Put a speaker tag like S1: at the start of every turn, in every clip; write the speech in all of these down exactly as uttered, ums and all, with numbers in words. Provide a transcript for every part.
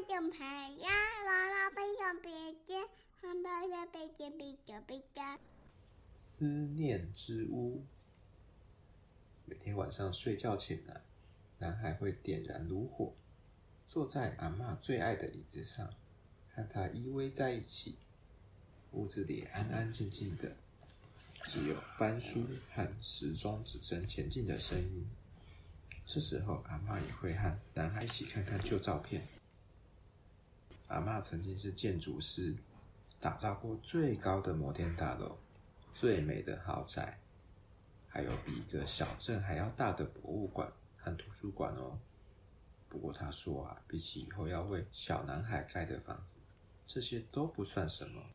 S1: 种牌呀，娃娃背上别肩，汉堡的背肩比较比较。
S2: 思念之屋。每天晚上睡觉前呢、啊，男孩会点燃炉火，坐在阿嬷最爱的椅子上，和她依偎在一起。屋子里安安静静的，只有翻书和时钟指针前进的声音。这时候，阿嬷也会和男孩一起看看旧照片。阿嬷曾经是建筑师，打造过最高的摩天大楼、最美的豪宅，还有比一个小镇还要大的博物馆和图书馆哦。不过他说啊，比起以后要为小男孩盖的房子，这些都不算什么。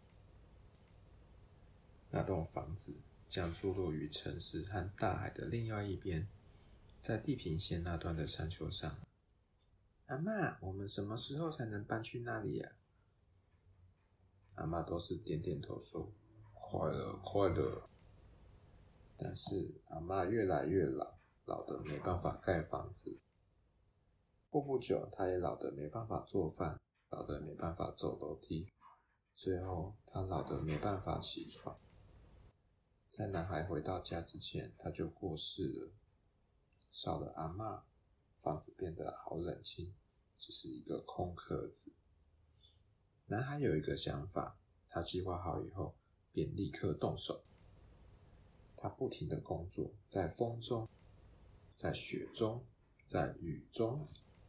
S2: 那栋房子将坐落于城市和大海的另外一边，在地平线那端的山丘上。阿嬷，我们什么时候才能搬去那里呀、啊？阿嬷都是点点头说：“快了，快了。”但是阿嬷越来越老，老得没办法盖房子。过不久，她也老得没办法做饭，老得没办法走楼梯。最后，她老得没办法起床。在男孩回到家之前，他就过世了。少了阿嬷，房子变得好冷清，只是一个空壳子。男孩有一个想法，他计划好以后，便立刻动手。他不停地工作，在风中，在雪中，在雨中。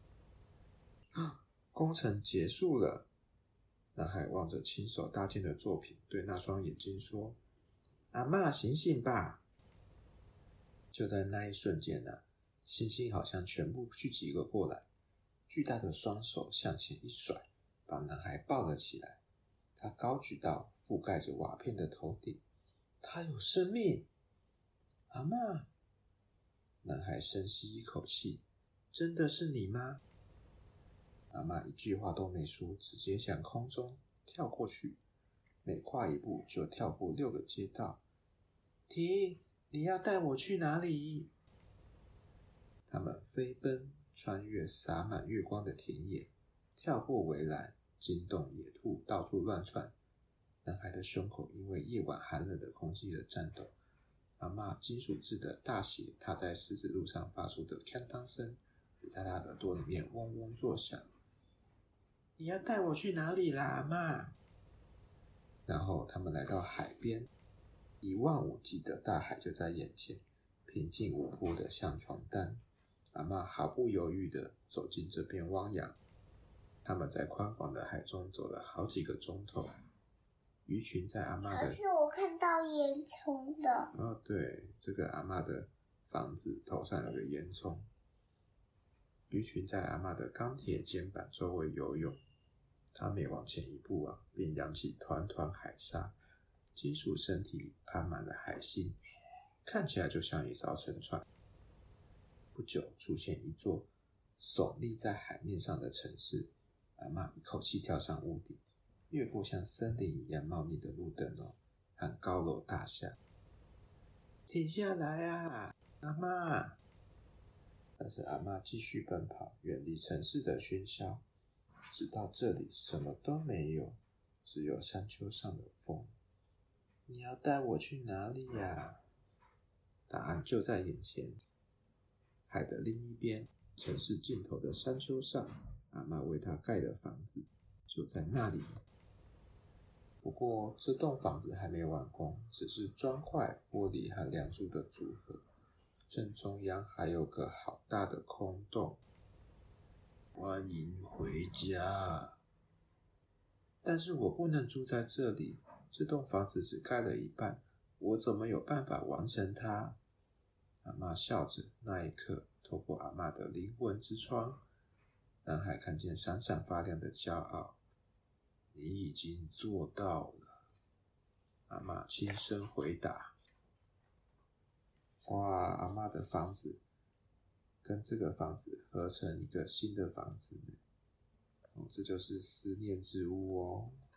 S2: 工程结束了，男孩望着亲手搭建的作品，对那双眼睛说：“阿嬷，醒醒吧！”就在那一瞬间啊，星星好像全部聚集了过来，巨大的双手向前一甩，把男孩抱了起来。他高举到覆盖着瓦片的头顶，他有生命！阿嬷，男孩深吸一口气，真的是你吗？阿嬷一句话都没说，直接向空中跳过去，每跨一步就跳过六个街道。停！你要带我去哪里？他们飞奔，穿越洒满月光的田野，跳过围栏，惊动野兔到处乱窜。男孩的胸口因为夜晚寒冷的空气而颤抖。阿嬷金属制的大鞋踏在石子路上发出的锵当声，也在他耳朵里面嗡嗡作响。你要带我去哪里啦，阿嬷？然后他们来到海边，一望无际的大海就在眼前，平静无波的像床单。阿嬷毫不犹豫地走进这片汪洋。他们在宽广的海中走了好几个钟头。鱼群在阿嬷的……
S1: 可是我看到烟囱的。
S2: 哦，对，这个阿嬷的房子头上有个烟囱。鱼群在阿嬷的钢铁肩膀周围游泳。他每往前一步啊，便扬起团团海沙，金属身体里攀满了海星，看起来就像一艘沉船。不久，出现一座耸立在海面上的城市。阿嬷一口气跳上屋顶，越过像森林一样茂密的路灯笼和高楼大厦。停下来啊，阿嬷！但是阿嬷继续奔跑，远离城市的喧嚣。直到这里什么都没有，只有山丘上的风。你要带我去哪里呀？答案就在眼前。海的另一边，城市尽头的山丘上，阿嬷为他盖的房子就在那里。不过这栋房子还没完工，只是砖块、玻璃和梁柱的组合。正中央还有个好大的空洞。欢迎回家。但是我不能住在这里，这栋房子只盖了一半，我怎么有办法完成它？阿嬷笑着，那一刻，透过阿嬷的灵魂之窗，男孩看见闪闪发亮的骄傲。你已经做到了，阿嬷轻声回答。哇，阿嬷的房子跟这个房子合成一个新的房子，哦，这就是思念之屋哦。